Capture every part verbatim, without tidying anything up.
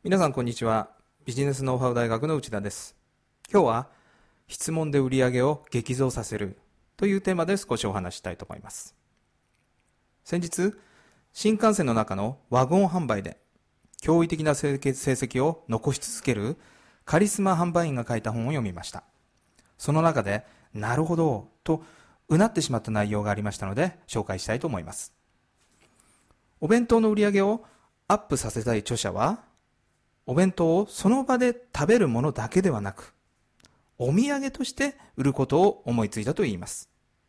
皆さんこんにちは。ビジネスノウハウ大学の内田です。今日は質問で売り上げを激増させるというテーマで少しお話ししたいと思います。先日、新幹線の中のワゴン販売で驚異的な成績を残し続けるカリスマ販売員が書いた本を読みました。その中で、なるほどとうなってしまった内容がありましたので紹介したいと思います。お弁当の売り上げをアップさせたい著者は、お弁当をその場で食べるものだけではなく、お土産として売ることを思いついたといいます。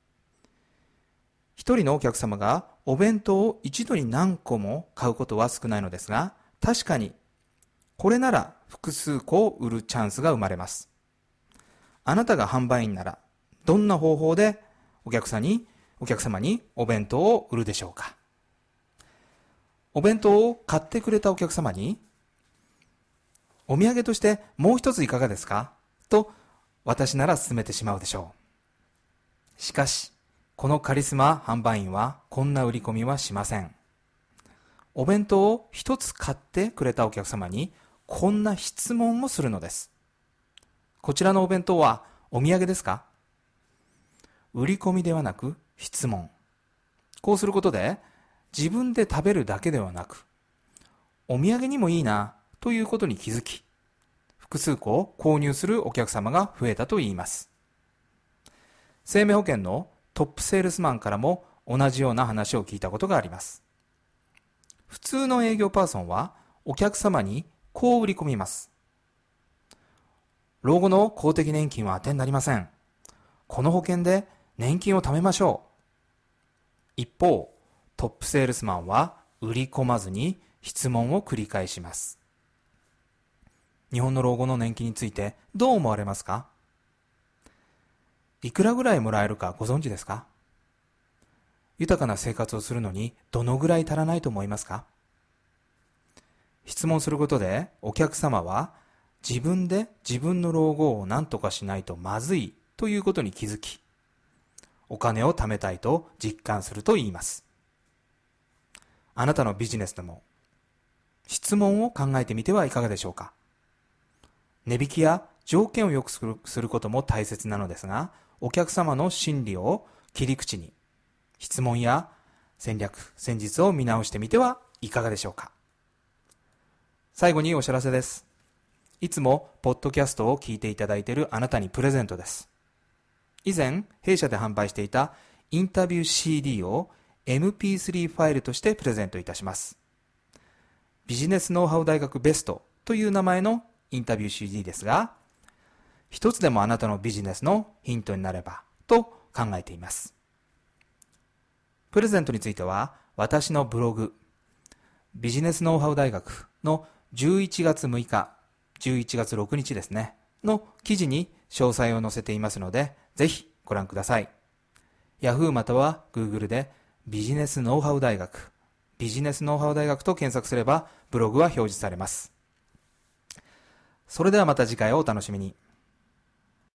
一人のお客様がお弁当を一度に何個も買うことは少ないのですが、確かにこれなら複数個を売るチャンスが生まれます。あなたが販売員なら、どんな方法でお客さんに、お客様にお弁当を売るでしょうか。お弁当を買ってくれたお客様に、お土産としてもう一ついかがですかと私なら勧めてしまうでしょう。しかし、このカリスマ販売員はこんな売り込みはしません。お弁当を一つ買ってくれたお客様にこんな質問をするのです。こちらのお弁当はお土産ですか？売り込みではなく質問。こうすることで自分で食べるだけではなく、お土産にもいいなということに気づき、複数個を購入するお客様が増えたといいます。生命保険のトップセールスマンからも同じような話を聞いたことがあります。普通の営業パーソンはお客様にこう売り込みます。老後の公的年金は当てになりません。この保険で年金を貯めましょう。一方、トップセールスマンは売り込まずに質問を繰り返します。日本の老後の年金についてどう思われますか？いくらぐらいもらえるかご存知ですか？豊かな生活をするのにどのぐらい足らないと思いますか？質問することでお客様は自分で自分の老後を何とかしないとまずいということに気づき、お金を貯めたいと実感すると言います。あなたのビジネスでも質問を考えてみてはいかがでしょうか。値引きや条件を良くする、することも大切なのですが、お客様の心理を切り口に質問や戦略、戦術を見直してみてはいかがでしょうか。最後にお知らせです。いつもポッドキャストを聞いていただいているあなたにプレゼントです。以前弊社で販売していたインタビュー シーディー を エムピースリー ファイルとしてプレゼントいたします。ビジネスノウハウ大学ベストという名前のインタビュー シーディー ですが、一つでもあなたのビジネスのヒントになればと考えています。プレゼントについては私のブログビジネスノウハウ大学のじゅういちがつむいか、じゅういちがつろくにちですねの記事に詳細を載せていますので、ぜひご覧ください。Yahoo または Google でビジネスノウハウ大学ビジネスノウハウ大学と検索すればブログは表示されます。それではまた次回をお楽しみに。